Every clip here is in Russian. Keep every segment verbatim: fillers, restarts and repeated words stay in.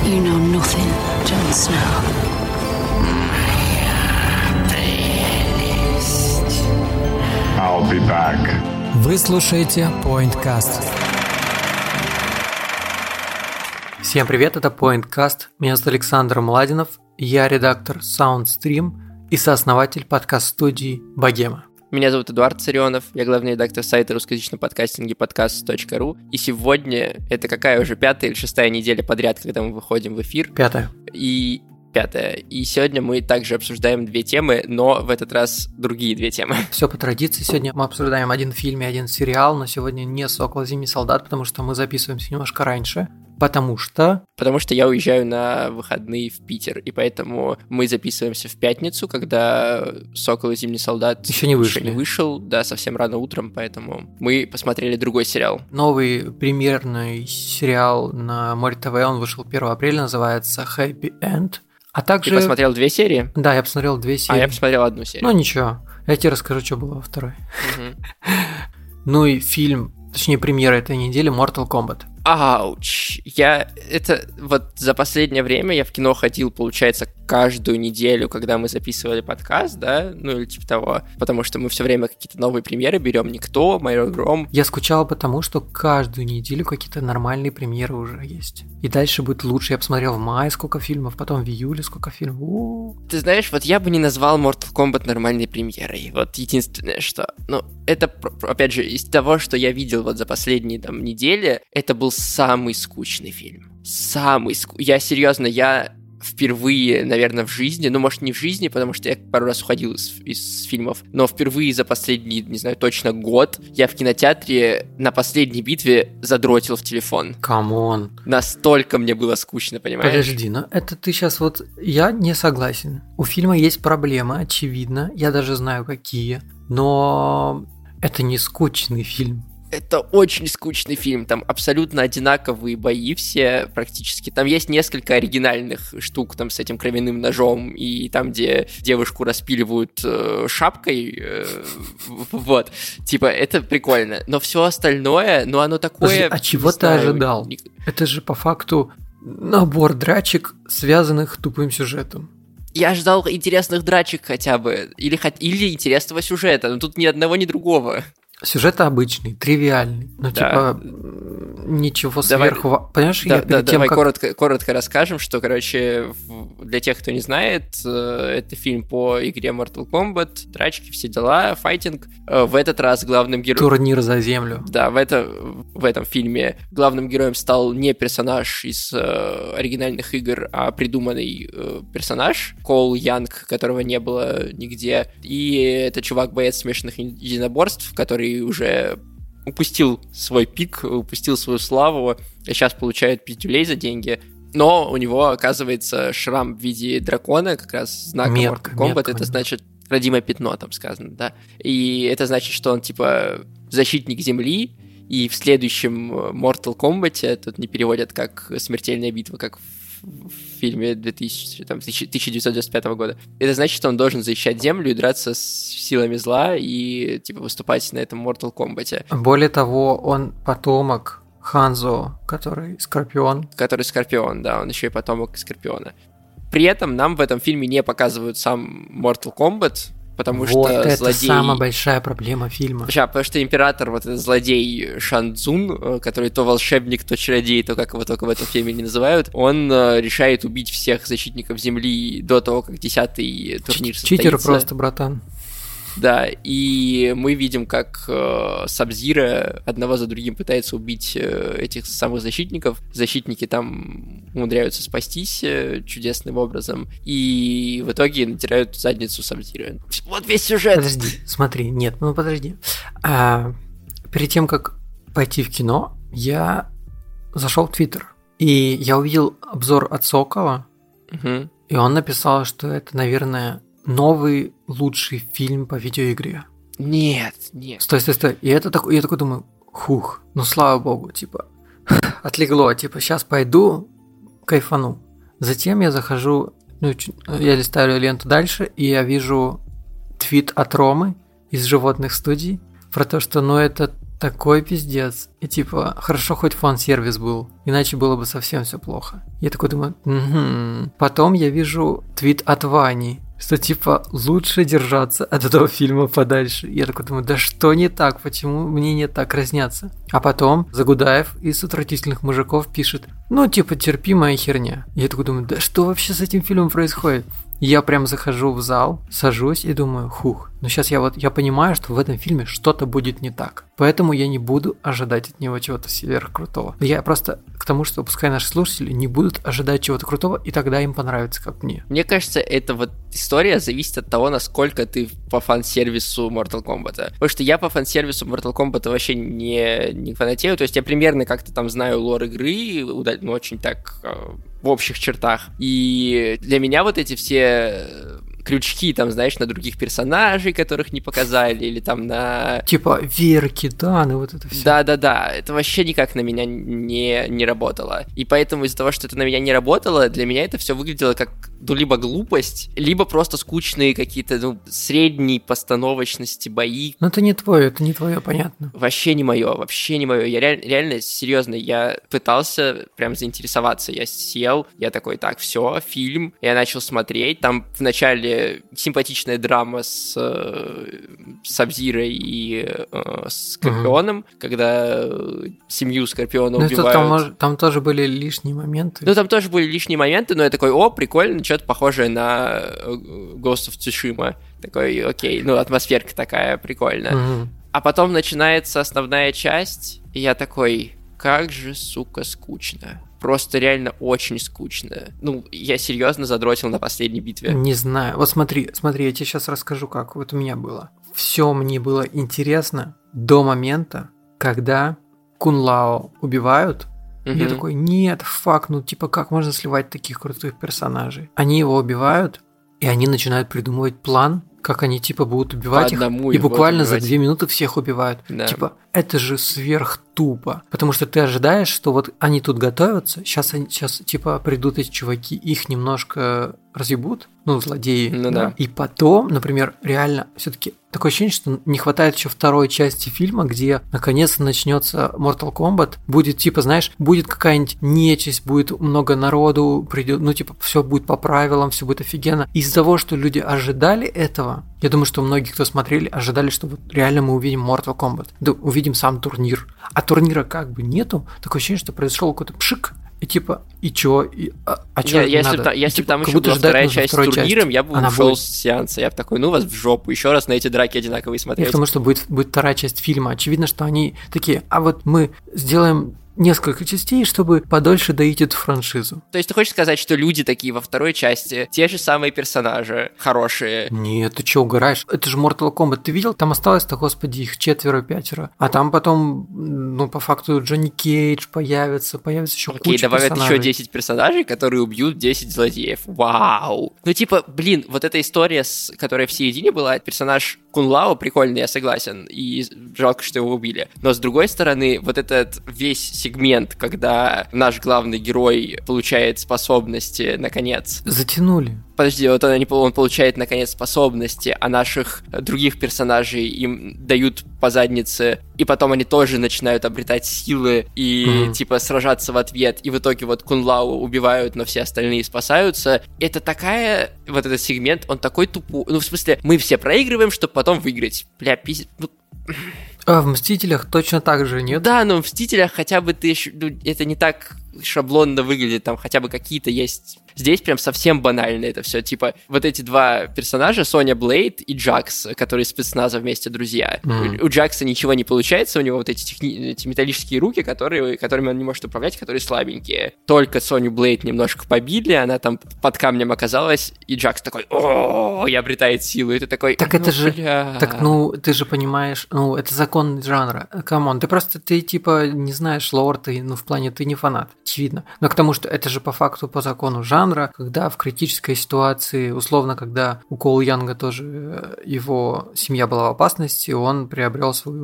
You know nothing, Jon Snow. I'll be back. Вы слушаете PointCast. Всем привет, это PointCast. Меня зовут Александр Младинов. Я редактор SoundStream и сооснователь подкаст-студии Богема. Меня зовут Эдуард Царионов, я главный редактор сайта русскоязычного подкастинга подкаст точка ру. И сегодня, это какая уже пятая или шестая неделя подряд, когда мы выходим в эфир. Пятая. И пятая. И сегодня мы также обсуждаем две темы, но в этот раз другие две темы. Все по традиции. Сегодня мы обсуждаем один фильм и один сериал, но сегодня не «Сокол, Зимний солдат», потому что мы записываемся немножко раньше. Потому что... Потому что я уезжаю на выходные в Питер, и поэтому мы записываемся в пятницу, когда «Сокол и Зимний солдат» еще не, еще не вышел, да, совсем рано утром, поэтому мы посмотрели другой сериал. Новый премьерный сериал на Море ТВ, он вышел первого апреля, называется «Happy End». А также... Ты посмотрел две серии? Да, я посмотрел две серии. А я посмотрел одну серию. Ну ничего, я тебе расскажу, что было во второй. Ну и фильм, точнее премьера этой недели, Mortal Kombat. Ауч, я, это, вот за последнее время я в кино ходил, получается, каждую неделю, когда мы записывали подкаст, да, ну или типа того, потому что мы все время какие-то новые премьеры берем, «Никто», «Майор Гром». Я скучал потому, что каждую неделю какие-то нормальные премьеры уже есть. И дальше будет лучше. Я посмотрел в мае сколько фильмов, потом в июле сколько фильмов. У-у-у. Ты знаешь, вот я бы не назвал Mortal Kombat нормальной премьерой. Вот единственное, что, ну, это, опять же, из того, что я видел вот за последние там недели, это был самый скучный фильм. Самый скучный. Я серьезно, я впервые, наверное, в жизни, ну, может, не в жизни, потому что я пару раз уходил из, из фильмов, но впервые за последний, не знаю, точно год я в кинотеатре на последней битве задротил в телефон. Камон. Настолько мне было скучно, понимаешь? Подожди, ну это ты сейчас вот... Я не согласен. У фильма есть проблемы, очевидно. Я даже знаю, какие. Но это не скучный фильм. Это очень скучный фильм, там абсолютно одинаковые бои все практически. Там есть несколько оригинальных штук там с этим кровяным ножом и там, где девушку распиливают э, шапкой. Э, вот, типа, это прикольно. Но все остальное, ну оно такое... Подожди, а чего ты знаю, ожидал? Не... Это же по факту набор драчек, связанных тупым сюжетом. Я ждал интересных драчек хотя бы, или, или интересного сюжета, но тут ни одного, ни другого. Сюжет обычный, тривиальный, ну, да. Типа, ничего давай, сверху... Понимаешь, да, я перед да, тем, давай как... коротко, коротко расскажем, что, короче, для тех, кто не знает, это фильм по игре Mortal Kombat, драчки, все дела, файтинг. В этот раз главным героем... Турнир за землю. Да, в, это, в этом фильме главным героем стал не персонаж из э, оригинальных игр, а придуманный э, персонаж, Коул Янг, которого не было нигде. И это чувак-боец смешанных единоборств, который уже упустил свой пик, упустил свою славу, и сейчас получает пиздюлей за деньги. Но у него, оказывается, шрам в виде дракона, как раз знак Mortal Kombat, это значит родимое пятно, там сказано, да. И это значит, что он, типа, защитник Земли, и в следующем Mortal Kombat, тут не переводят как «Смертельная битва», как в фильме две тысячи, там, тысяча девятьсот девяносто пятого года. Это значит, что он должен защищать Землю и драться с силами зла и, типа, выступать на этом Mortal Kombat. Более того, он потомок Ханзо, который Скорпион. Который Скорпион, да, он еще и потомок Скорпиона. При этом нам в этом фильме не показывают сам Mortal Kombat, потому вот что это злодей... самая большая проблема фильма. Сейчас, потому что император, вот этот злодей Шан Цзун, который то волшебник, то чародей, то как его только в этом фильме не называют, он решает убить всех защитников Земли до того, как десятый турнир состоится. Читер просто, братан. Да, и мы видим, как э, Саб-Зиро одного за другим пытается убить э, этих самых защитников. Защитники там умудряются спастись э, чудесным образом, и в итоге натирают задницу Саб-Зиро. Вот весь сюжет! Подожди, смотри, нет, ну подожди. А, перед тем, как пойти в кино, я зашел в Твиттер, и я увидел обзор от Сокола, угу. И он написал, что это, наверное... новый лучший фильм по видеоигре. Нет, нет. Стой, стой, стой. И это такой, я такой думаю, хух, ну слава богу, типа, отлегло, типа, сейчас пойду, кайфану. Затем я захожу, ну, я листаю ленту дальше, и я вижу твит от Ромы из «Животных студий» про то, что, ну, это такой пиздец. И типа, хорошо хоть фан-сервис был, иначе было бы совсем все плохо. Я такой думаю, угу. Потом я вижу твит от Вани, что типа лучше держаться от этого фильма подальше. Я такой думаю, да что не так, почему мнения так разнятся? А потом Загудаев из «Отвратительных мужиков» пишет, ну типа терпимая херня. Я такой думаю, да что вообще с этим фильмом происходит? Я прям захожу в зал, сажусь и думаю, хух, ну сейчас я вот, я понимаю, что в этом фильме что-то будет не так. Поэтому я не буду ожидать от него чего-то сверхкрутого. Я просто к тому, что пускай наши слушатели не будут ожидать чего-то крутого, и тогда им понравится, как мне. Мне кажется, эта вот история зависит от того, насколько ты по фан-сервису Mortal Kombat. Потому что я по фан-сервису Mortal Kombat вообще не, не фанатею. То есть я примерно как-то там знаю лор игры, ну, очень так в общих чертах. И для меня вот эти все крючки, там, знаешь, на других персонажей, которых не показали, или там на... Типа Верки, да, ну вот это все. Да-да-да, это вообще никак на меня не, не работало. И поэтому из-за того, что это на меня не работало, для меня это все выглядело как, ну, либо глупость, либо просто скучные какие-то, ну, средней постановочности бои. Ну, это не твое, это не твое, понятно. Вообще не мое, вообще не мое. Я реаль, реально, серьезно, я пытался прям заинтересоваться. Я сел, я такой, так, все, фильм. Я начал смотреть. Там вначале симпатичная драма с э, Саб-Зиро и э, Скорпионом, угу. когда когда Скорпиона ну, убивают. Там, там тоже были лишние моменты. Ну, там тоже были лишние моменты, но я такой, о, прикольно, что-то похожее на Ghost of Tsushima. Такой, окей, ну, атмосферка такая прикольная. Угу. А потом начинается основная часть, и я такой, как же, сука, скучно. Просто реально очень скучно. Ну, я серьезно задротил на последней битве. Не знаю. Вот смотри, смотри, я тебе сейчас расскажу, как вот у меня было. Все мне было интересно до момента, когда Кун Лао убивают. Mm-hmm. Я такой, нет, фак, ну типа как можно сливать таких крутых персонажей? Они его убивают, и они начинают придумывать план, как они типа будут убивать их, и буквально за две минуты всех убивают. Да. Типа, это же сверх тупо. Потому что ты ожидаешь, что вот они тут готовятся, сейчас, они, сейчас типа придут эти чуваки, их немножко разъебут, ну, злодеи. Ну, да. Да. И потом, например, реально все-таки такое ощущение, что не хватает еще второй части фильма, где наконец-то начнется Mortal Kombat. Будет типа, знаешь, будет какая-нибудь нечисть, будет много народу, придет, ну, типа, все будет по правилам, все будет офигенно. Из-за того, что люди ожидали этого, я думаю, что многие, кто смотрели, ожидали, что вот реально мы увидим Mortal Kombat. Да, увидим сам турнир. А турнира как бы нету. Такое ощущение, что произошел какой-то пшик. И типа, и чё? И, а, а чё я, если надо? Там, если типа, бы там еще была вторая часть с турниром, часть. я бы Она ушел будет... с сеанса. Я бы такой, ну вас в жопу, еще раз на эти драки одинаковые смотреть. И потому что будет, будет вторая часть фильма. Очевидно, что они такие, а вот мы сделаем несколько частей, чтобы подольше доить эту франшизу. То есть ты хочешь сказать, что люди такие во второй части, те же самые персонажи, хорошие? Нет, ты чё, угораешь? Это же Mortal Kombat. Ты видел? Там осталось-то, господи, их четверо-пятеро. А там потом, ну, по факту, Джонни Кейдж появится, появится еще Окей, куча добавят персонажей. еще десять персонажей, которые убьют десять злодеев. Вау! Ну, типа, блин, вот эта история, с... которая в середине была, персонаж Кун Лао прикольный, я согласен, и жалко, что его убили. Но, с другой стороны, вот этот весь сегмент, когда наш главный герой получает способности, наконец. Затянули. Подожди, вот он, он получает, наконец, способности, а наших других персонажей им дают по заднице, и потом они тоже начинают обретать силы и, mm-hmm. типа, сражаться в ответ, и в итоге вот Кун Лао убивают, но все остальные спасаются. Это такая... Вот этот сегмент, он такой тупой. Ну, в смысле, мы все проигрываем, чтобы потом выиграть. Бля, пиздец... А в «Мстителях» точно так же, нет? Да, но в «Мстителях» хотя бы ты... Ну, это не так шаблонно выглядит, там хотя бы какие-то есть... Здесь прям совсем банально это все. Типа, вот эти два персонажа, Соня Блейд и Джакс, которые спецназа вместе друзья. Mm. У, у Джакса ничего не получается, у него вот эти, техни... эти металлические руки, которые... которыми он не может управлять, которые слабенькие. Только Соню Блейд немножко побили, она там под камнем оказалась, и Джакс такой, о, и обретает силу, и ты такой... Так ну, это же... бля. Так, ну, ты же понимаешь, ну, это закон жанра. Камон, ты просто, ты типа не знаешь лор, ты, ну, в плане, ты не фанат, очевидно. Но к тому, что это же по факту по закону жанра, когда в критической ситуации, условно, когда у Коул Янга тоже его семья была в опасности, он приобрел свою эту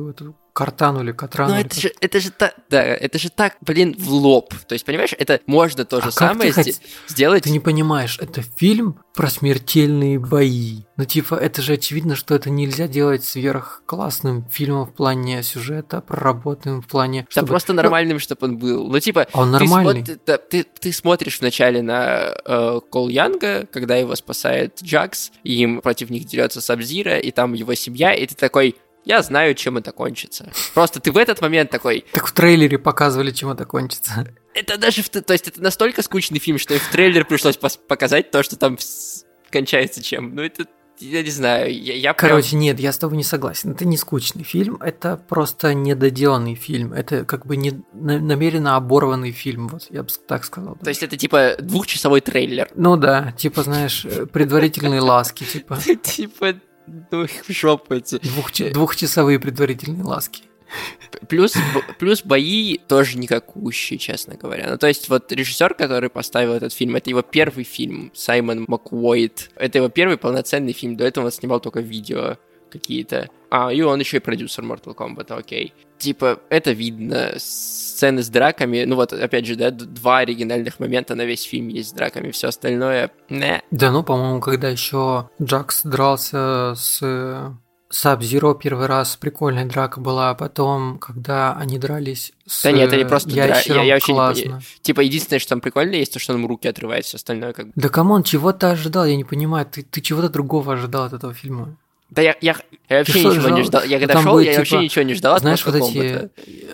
картанули, катранули. Ну это же, это же так, да, это же так, блин, в лоб. То есть, понимаешь, это можно то же а самое ты сде- хот... сделать... Ты не понимаешь, это фильм про смертельные бои. Ну, типа, это же очевидно, что это нельзя делать сверхклассным фильмом в плане сюжета, проработанным в плане... Да чтобы... просто нормальным, чтобы он был. Ну, типа, а он ты, нормальный. Смо... ты, ты, ты смотришь вначале на э, Кол Янга, когда его спасает Джакс, и им против них дерется Саб-Зиро, и там его семья, и ты такой... Я знаю, чем это кончится. Просто ты в этот момент такой... Так в трейлере показывали, чем это кончится. Это даже... В... То есть это настолько скучный фильм, что и в трейлере пришлось пос- показать то, что там с... кончается чем. Ну это... Я не знаю, я, я Короче, прям... нет, я с тобой не согласен. Это не скучный фильм, это просто недоделанный фильм. Это как бы не намеренно оборванный фильм, вот я бы так сказал. То есть это типа двухчасовой трейлер. Ну да, типа, знаешь, предварительные ласки, типа. Типа, ну их в жопу эти. Двухчасовые предварительные ласки. Плюс, плюс бои тоже никакущие, честно говоря. Ну, то есть, вот режиссер, который поставил этот фильм, это его первый фильм, Саймон Макуойд. Это его первый полноценный фильм. До этого он снимал только видео какие-то. А, и он еще и продюсер Mortal Kombat, окей. Типа, это видно. Сцены с драками. Ну, вот, опять же, да, два оригинальных момента на весь фильм есть с драками. Все остальное, не. Да, ну, по-моему, когда еще Джакс дрался с... Саб-Зиро первый раз прикольная драка была, а потом, когда они дрались с Да нет, они просто дрались. Я, я вообще классно. не понимаю. Типа, единственное, что там прикольно есть, то, что он ему руки отрывает, все остальное как бы... Да камон, чего ты ожидал? Я не понимаю, ты, ты чего-то другого ожидал от этого фильма? Да я, я, я вообще что ничего ждал? не ждал. Я когда Там шел, будет, я типа, вообще ничего не ждал от знаешь, вот Mortal эти, Kombat.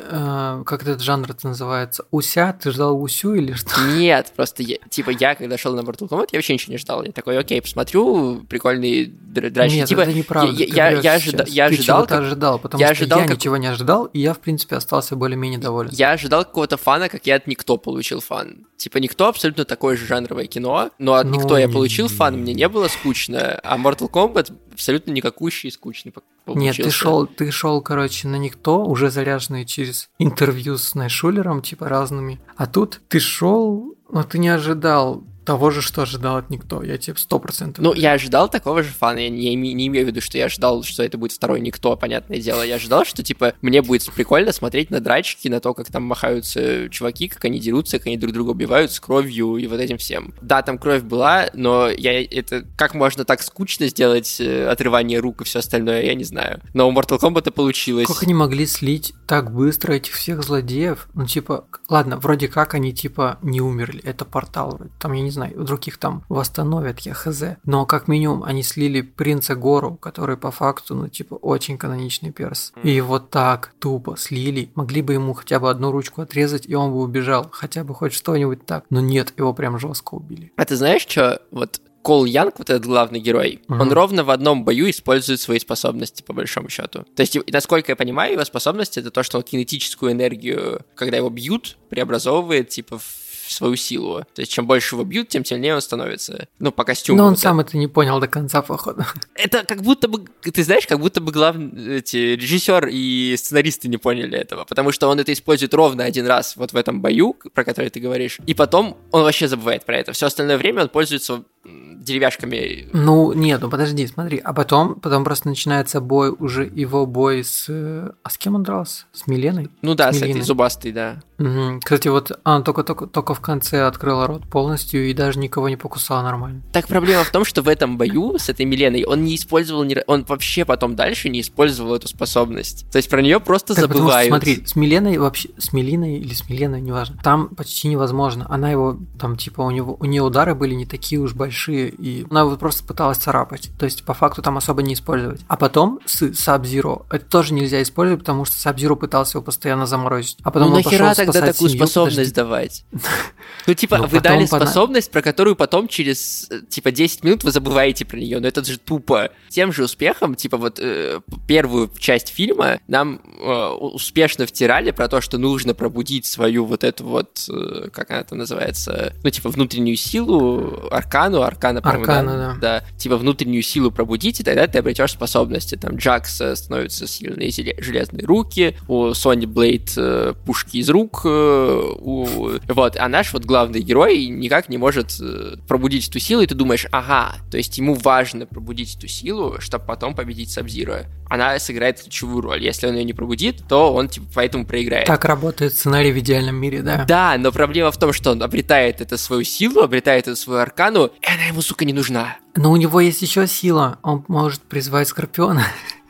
э, как этот жанр это называется? Уся? Ты ждал Усю или что? Нет, просто я, типа я, когда шел на Mortal Kombat, я вообще ничего не ждал. Я такой, окей, посмотрю, прикольные драчи. Нет, типа, это неправда. Я, я, я, я, ожида, я ты ожидал, чего-то как... ожидал, потому я что ожидал, я как... ничего не ожидал, и я, в принципе, остался более-менее доволен. Я ожидал какого-то фана, как я от Никто получил фан. Типа Никто абсолютно такое же жанровое кино, но от ну, Никто я не, получил не, фан, не. мне не было скучно, а Mortal Kombat абсолютно никакущий и скучный получился. Нет, ты шел, ты шел, короче, на Никто, уже заряженный через интервью с Найшулером, типа разными. А тут ты шел, но ты не ожидал того же, что ожидал от Никто. Я тебе сто процентов. Ну, я ожидал такого же фана. Я не, не имею в виду, что я ожидал, что это будет второй Никто, понятное дело. Я ожидал, что, типа, мне будет прикольно смотреть на драчки, на то, как там махаются чуваки, как они дерутся, как они друг друга убивают с кровью и вот этим всем. Да, там кровь была, но я это... Как можно так скучно сделать отрывание рук и все остальное, я не знаю. Но у Mortal Kombat это получилось. Как они могли слить так быстро этих всех злодеев? Ну, типа, ладно, вроде как они, типа, не умерли. Это портал. Там, я не знаю, у других там восстановят, я хз. Но как минимум они слили принца Гору, который по факту, ну, типа, очень каноничный перс. И его так тупо слили. Могли бы ему хотя бы одну ручку отрезать, и он бы убежал. Хотя бы хоть что-нибудь так. Но нет, его прям жестко убили. А ты знаешь, что вот Кол Янг, вот этот главный герой, mm-hmm. он ровно в одном бою использует свои способности, по большому счету. То есть, насколько я понимаю, его способности — это то, что он кинетическую энергию, когда его бьют, преобразовывает, типа, в свою силу. То есть, чем больше его бьют, тем сильнее он становится. Ну, по костюму. Но он вот сам это. это не понял до конца, походу. Это как будто бы, ты знаешь, как будто бы главный, эти, режиссер и сценаристы не поняли этого, потому что он это использует ровно один раз вот в этом бою, про который ты говоришь, и потом он вообще забывает про это. Все остальное время он пользуется деревяшками. Ну, нет, ну подожди, смотри. А потом, потом просто начинается бой, уже его бой с... А с кем он дрался? С Миленой? Ну да, с, с этой зубастой, да. Угу. Кстати, вот она только-только только в конце открыла рот полностью и даже никого не покусала нормально. Так проблема в том, что в этом бою с этой Миленой он не использовал, ни... он вообще потом дальше не использовал эту способность. То есть про нее просто так, забывают. Потому что, смотри, с Миленой вообще, с Милиной или с Миленой, неважно, там почти невозможно. Она его, там типа у него, у нее удары были не такие уж большие, и она его просто пыталась царапать. То есть по факту там особо не использовать. А потом с Саб-Зиро это тоже нельзя использовать, потому что Саб-Зиро пытался его постоянно заморозить. А потом ну он нахера пошел тогда такую семью, способность подожди. давать? Ну, типа, Но вы дали потом способность, про которую потом через, типа, десять минут вы забываете про нее, но это же тупо. Тем же успехом, типа, вот э, первую часть фильма нам э, успешно втирали про то, что нужно пробудить свою вот эту вот, э, как она там называется, ну, типа, внутреннюю силу, аркану, аркана, по-моему, Аркана, да, да. да, типа, внутреннюю силу пробудить, и тогда ты обретешь способности. Там Джакс становятся сильные железные руки, у Сони Блейд э, пушки из рук, вдруг э, у... вот, а наш вот главный герой никак не может э, пробудить эту силу, и ты думаешь, ага, то есть ему важно пробудить эту силу, чтобы потом победить Саб-Зиро. Она сыграет ключевую роль. Если он ее не пробудит, то он типа поэтому проиграет. Так работает сценарий в идеальном мире, да. Да, но проблема в том, что он обретает эту свою силу, обретает эту свою аркану, и она ему, сука, не нужна. Но у него есть еще сила. Он может призвать Скорпиона.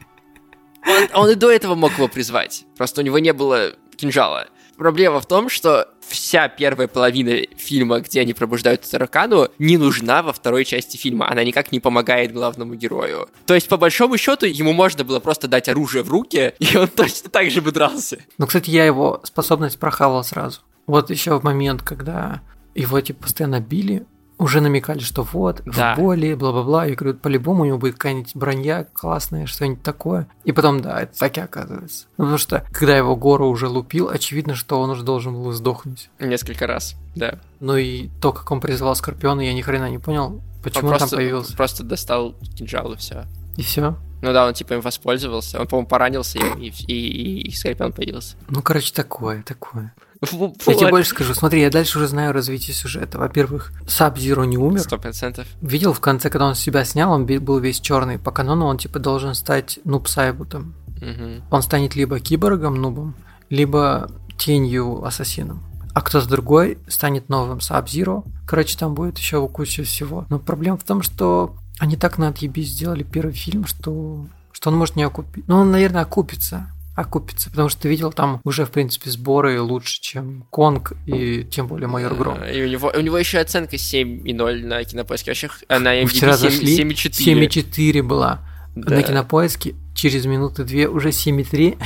Он, он и до этого мог его призвать. Просто у него не было кинжала. Проблема в том, что вся первая половина фильма, где они пробуждают эту аркану, не нужна во второй части фильма. Она никак не помогает главному герою. То есть, по большому счету, ему можно было просто дать оружие в руки, и он точно так же бы дрался. Ну, кстати, я его способность прохавал сразу. Вот еще в момент, когда его типа постоянно били, уже намекали, что вот, да. в боли, бла-бла-бла. Я говорю, по-любому у него будет какая-нибудь броня классная, что-нибудь такое. И потом, да, это так и оказывается. Ну, потому что, когда его Гору уже лупил, очевидно, что он уже должен был сдохнуть. Несколько раз, да. Ну и то, как он призвал Скорпиона, я ни хрена не понял, почему он, он просто, там появился. Просто достал кинжал и все. И все. Ну да, он типа им воспользовался. Он, по-моему, поранился, и, и, и, и Скорпион появился. Ну, короче, такое, такое. Вот. Я тебе больше скажу, смотри, я дальше уже знаю развитие сюжета. Во-первых, Саб-Зиро не умер. Сто процентов. Видел в конце, когда он себя снял, он был весь черный. По канону он типа должен стать нуб-сайбутом. Угу. Он станет либо киборгом, нубом, либо тенью ассасином. А кто-то другой станет новым Саб-Зиро. Короче, там будет еще куча всего. Но проблема в том, что они так на отъебись сделали первый фильм, что, что он может не окупить. Ну, он, наверное, окупится. окупится, потому что ты видел там уже, в принципе, сборы лучше, чем Конг и тем более Майор Гром. И у него, у него еще оценка семь и ноль на Кинопоиске. Вообще, на эм ди би вчера зашли, семь и четыре. семь и четыре была. Да. На Кинопоиске через минуты две уже семь и три.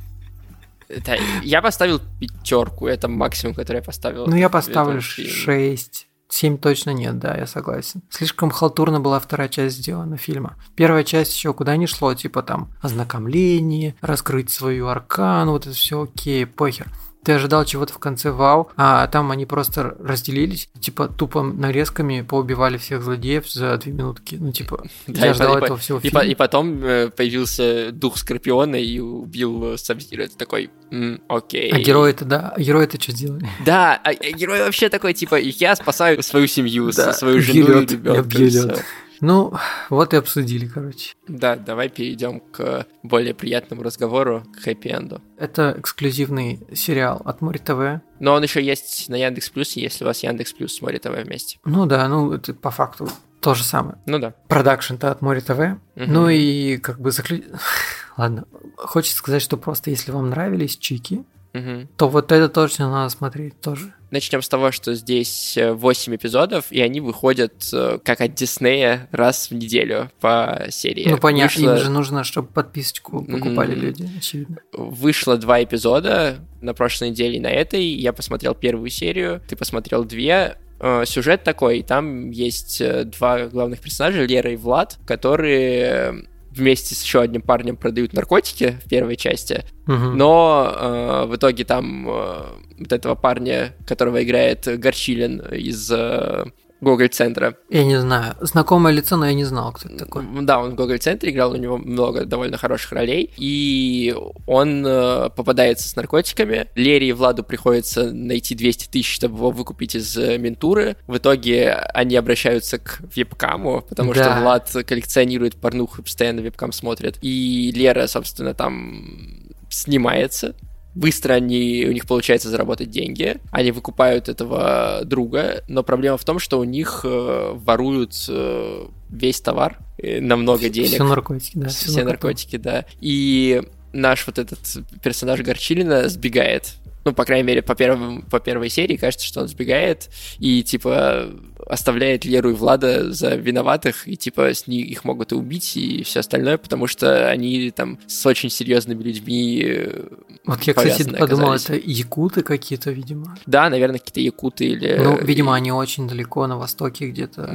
Это, я поставил пятерку, это максимум, который я поставил. Ну, я поставлю шесть. семь точно нет, да, я согласен. Слишком халтурно была вторая часть сделана фильма. Первая часть еще куда ни шло, типа там ознакомление, раскрыть свою аркану, вот это все окей, похер. Ты ожидал чего-то в конце, вау, а там они просто разделились, типа тупо нарезками поубивали всех злодеев за две минутки. Ну, типа, да, я и ждал по, этого и всего и фильма. И потом появился дух Скорпиона и убил Саб-Зиро. Это такой, м, окей. А герои-то, да, а герои-то что сделали? Да, а герой вообще такой, типа, я спасаю свою семью, да, свою жену бьёт, и ребенка. бьёт. Ну, вот и обсудили, короче. Да, давай перейдем к более приятному разговору, к хэппи-энду. Это эксклюзивный сериал от Море ТВ. Но он еще есть на Яндекс.Плюсе, если у вас Яндекс.Плюс с Море ТВ вместе. Ну да, ну это по факту то же самое. Ну да. Продакшн-то от Море ТВ. Угу. Ну и как бы заклю... Ладно, хочется сказать, что просто если вам нравились чики, угу. то вот это точно надо смотреть тоже. Начнем с того, что здесь восемь эпизодов, и они выходят как от Диснея раз в неделю по серии. Ну понятно, Вышло... им же нужно, чтобы подписочку покупали mm-hmm. люди, очевидно. Вышло два эпизода на прошлой неделе и на этой. Я посмотрел первую серию, ты посмотрел две. Сюжет такой, там есть два главных персонажа, Лера и Влад, которые... вместе с еще одним парнем продают наркотики в первой части, uh-huh. но э, в итоге там э, вот этого парня, которого играет Горчилин из э, Гоголь-центра. Я не знаю, знакомое лицо, но я не знал, кто это такой. Да, он в Гоголь-центре играл, у него много довольно хороших ролей, и он э, попадается с наркотиками. Лере и Владу приходится найти двести тысяч, чтобы его выкупить из ментуры. В итоге они обращаются к вебкаму, потому да. что Влад коллекционирует порнуху, постоянно вебкам смотрит. И Лера, собственно, там снимается. Быстро они, у них получается заработать деньги, они выкупают этого друга, но проблема в том, что у них э, воруют э, весь товар э, на много денег. Все наркотики, да. Все, все наркотики, да. И наш вот этот персонаж Горчилина сбегает. Ну, по крайней мере, по, первым, по первой серии кажется, что он сбегает и, типа, оставляет Леру и Влада за виноватых, и, типа, с них их могут и убить, и все остальное, потому что они там с очень серьезными людьми. Вот я, кстати, подумал, оказались. Это якуты какие-то, видимо. Да, наверное, какие-то якуты или... Ну, видимо, они очень далеко на востоке где-то. Угу.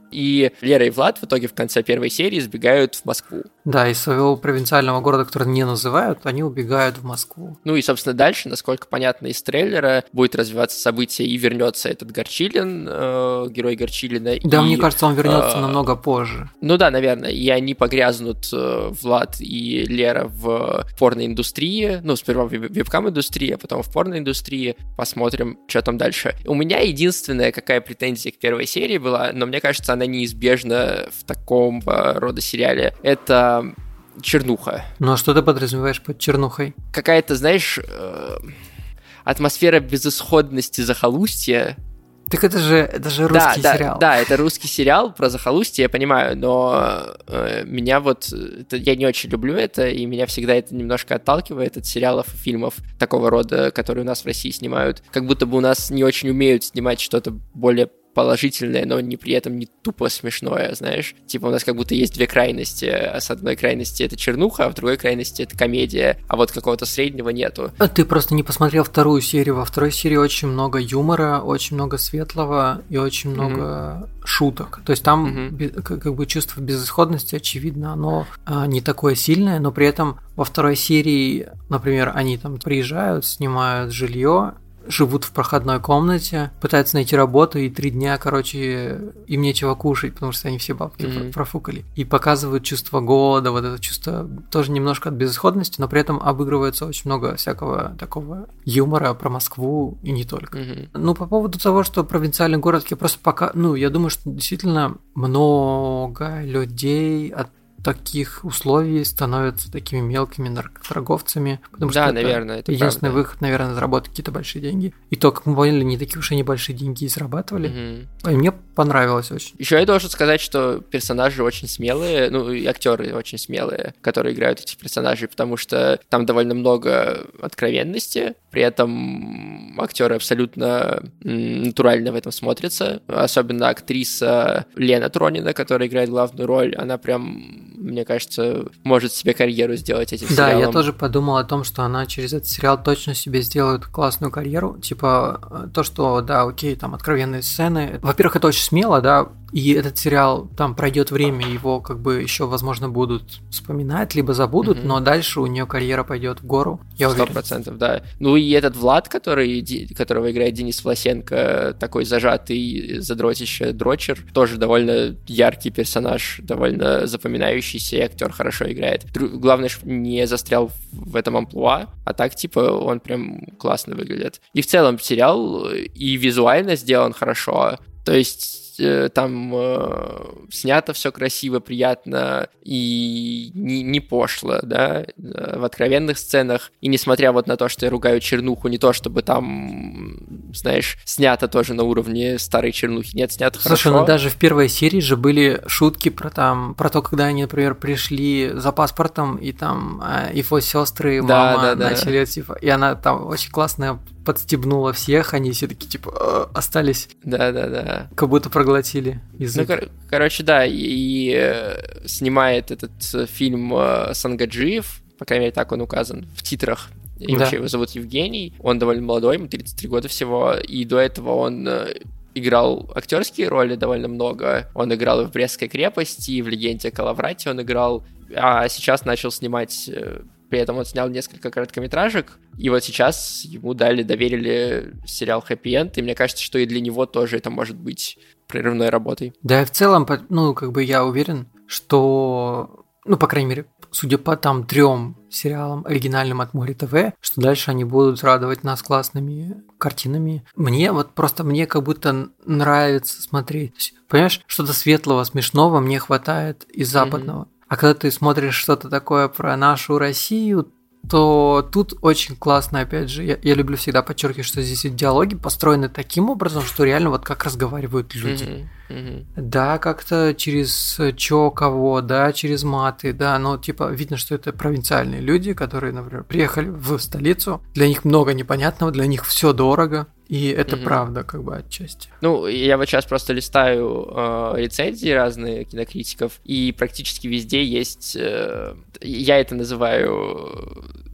И Лера и Влад в итоге в конце первой серии сбегают в Москву. Да, из своего провинциального города, который не называют, они убегают в Москву. Ну и, собственно, дальше, насколько понятно из трейлера, будет развиваться событие, и вернется этот Горчилин, э, герой Горчилина. Да, и, мне кажется, он вернется э, намного позже. Ну да, наверное. И они погрязнут, э, Влад и Лера, в порноиндустрии. Ну, сперва в вебкам-индустрии, а потом в порноиндустрии. Посмотрим, что там дальше. У меня единственная какая претензия к первой серии была, но мне кажется, она неизбежна в таком рода сериале. Это чернуха. Ну а что ты подразумеваешь под чернухой? Какая-то, знаешь, э, атмосфера безысходности захолустья. Так это же, это же русский да, сериал. Да, да, это русский сериал про захолустье, я понимаю, но э, меня вот... Это, я не очень люблю это, и меня всегда это немножко отталкивает от сериалов и фильмов такого рода, которые у нас в России снимают. Как будто бы у нас не очень умеют снимать что-то более положительное, но не при этом не тупо смешное, знаешь. Типа у нас как будто есть две крайности. А с одной крайности это чернуха, а в другой крайности это комедия. А вот какого-то среднего нету. Ты просто не посмотрел вторую серию. Во второй серии очень много юмора, очень много светлого и очень много mm-hmm. шуток. То есть там mm-hmm. как бы чувство безысходности, очевидно, оно а, не такое сильное, но при этом во второй серии, например, они там приезжают, снимают жилье, живут в проходной комнате, пытаются найти работу, и три дня, короче, им нечего кушать, потому что они все бабки mm-hmm. профукали. И показывают чувство голода, вот это чувство тоже немножко от безысходности, но при этом обыгрывается очень много всякого такого юмора про Москву и не только. Mm-hmm. Ну, по поводу того, что провинциальный город, я просто пока... Ну, я думаю, что действительно много людей от таких условий становятся такими мелкими наркоторговцами, потому да, что наверное, это это единственный правда. Выход, наверное, заработать какие-то большие деньги. И то, как мы поняли, не такие уж и небольшие деньги и зарабатывали. Угу. И мне понравилось очень. Еще я должен сказать, что персонажи очень смелые, ну и актеры очень смелые, которые играют этих персонажей, потому что там довольно много откровенности, при этом актеры абсолютно натурально в этом смотрятся. Особенно актриса Лена Тронина, которая играет главную роль, она прям, мне кажется, может себе карьеру сделать этим сериалом. Да, я тоже подумал о том, что она через этот сериал точно себе сделает классную карьеру. Типа то, что, да, окей, там откровенные сцены. Во-первых, это очень смело, да, и этот сериал, там пройдет время, его как бы еще, возможно, будут вспоминать, либо забудут, mm-hmm. но дальше у нее карьера пойдет в гору, я уверен. Сто процентов, да. Ну и этот Влад, который, которого играет Денис Власенко, такой зажатый, задротище дрочер, тоже довольно яркий персонаж, довольно запоминающийся, и актер хорошо играет. Главное, не застрял в этом амплуа, а так, типа, он прям классно выглядит. И в целом сериал и визуально сделан хорошо, то есть там э, снято все красиво, приятно и не, не пошло, да, в откровенных сценах. И несмотря вот на то, что я ругаю чернуху, не то чтобы там, знаешь, снято тоже на уровне старой чернухи, нет, снято Слушай, хорошо. ну даже в первой серии же были шутки про там, про то, когда они, например, пришли за паспортом, и там э, его сестры, да, мама да, да. начали, типа, и она там очень классная подстебнула всех, они все такие, типа, остались. Да-да-да. Как будто проглотили язык. Ну, кор- короче, да, и, и э, снимает этот фильм э, Сангаджиев, по крайней мере, так он указан в титрах. И да. вообще его зовут Евгений. Он довольно молодой, ему тридцать три года всего, и до этого он э, играл актерские роли довольно много. Он играл и в «Брестской крепости», и в «Легенде о Калаврате» он играл, а сейчас начал снимать... Э, При этом он снял несколько короткометражек, и вот сейчас ему дали, доверили сериал «Хэппи Энд», и мне кажется, что и для него тоже это может быть прерывной работой. Да, и в целом, ну, как бы я уверен, что, ну, по крайней мере, судя по там трем сериалам оригинальным от Море ТВ, что дальше они будут радовать нас классными картинами. Мне вот просто, мне как будто нравится смотреть. Понимаешь, что-то светлого, смешного мне хватает из западного. Mm-hmm. А когда ты смотришь что-то такое про нашу Россию, то тут очень классно, опять же, я, я люблю всегда подчеркивать, что здесь диалоги построены таким образом, что реально вот как разговаривают люди. Mm-hmm. Mm-hmm. Да, как-то через чё, кого, да, через маты, да, но типа видно, что это провинциальные люди, которые, например, приехали в столицу, для них много непонятного, для них все дорого. И это mm-hmm. правда, как бы, отчасти. Ну, я вот сейчас просто листаю э, рецензии разные кинокритиков, и практически везде есть... Э, я это называю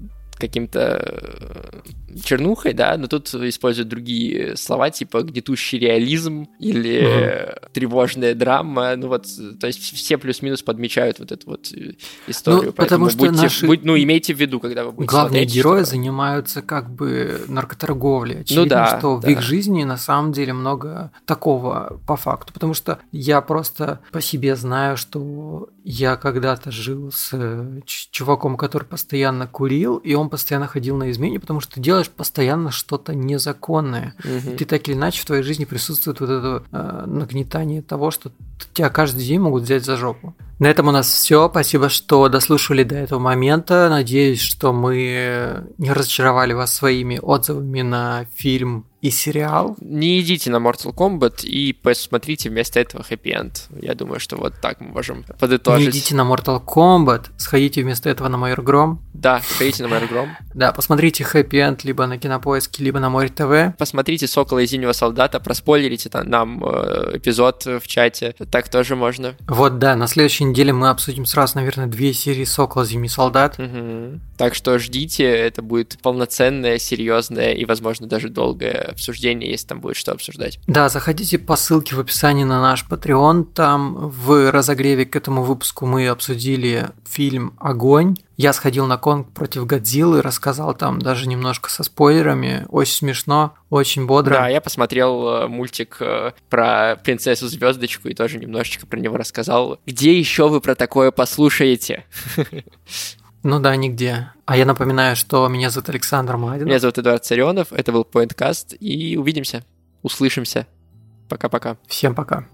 каким-то чернухой, да, но тут используют другие слова, типа гнетущий реализм или mm-hmm. тревожная драма, ну вот, то есть все плюс-минус подмечают вот эту вот историю, ну, потому что будьте, наши... будь, ну, имейте в виду, когда вы будете главные смотреть, герои что... занимаются как бы наркоторговлей. Очевидно, ну, да, что да. в их жизни на самом деле много такого по факту, потому что я просто по себе знаю, что я когда-то жил с ч- чуваком, который постоянно курил, и он постоянно ходил на измене, потому что ты делаешь постоянно что-то незаконное. Угу. И ты так или иначе в твоей жизни присутствует вот это э, нагнетание того, что тебя каждый день могут взять за жопу. На этом у нас все. Спасибо, что дослушали до этого момента. Надеюсь, что мы не разочаровали вас своими отзывами на фильм и сериал. Не идите на Mortal Kombat и посмотрите вместо этого Happy End. Я думаю, что вот так мы можем подытожить. Не идите на Mortal Kombat, сходите вместо этого на Майор Гром. Да, сходите на Майор Гром. Да, посмотрите Happy End либо на Кинопоиске, либо на Море ТВ. Посмотрите Сокола и Зимнего Солдата, проспойлерите там нам э, эпизод в чате. Так тоже можно. Вот, да, на следующей неделе мы обсудим сразу, наверное, две серии Сокола, Зимний Солдат. Угу. Так что ждите, это будет полноценное, серьезное и, возможно, даже долгое обсуждение, если там будет что обсуждать. Да, заходите по ссылке в описании на наш Patreon. Там в разогреве к этому выпуску мы обсудили фильм «Огонь». Я сходил на конг против Годзиллы, рассказал там даже немножко со спойлерами. Очень смешно, очень бодро. Да, я посмотрел мультик про принцессу Звездочку и тоже немножечко про него рассказал. Где еще вы про такое послушаете? Ну да, нигде. А я напоминаю, что меня зовут Александр Мадинов. Меня зовут Эдуард Царионов, это был PointCast, и увидимся, услышимся. Пока-пока. Всем пока.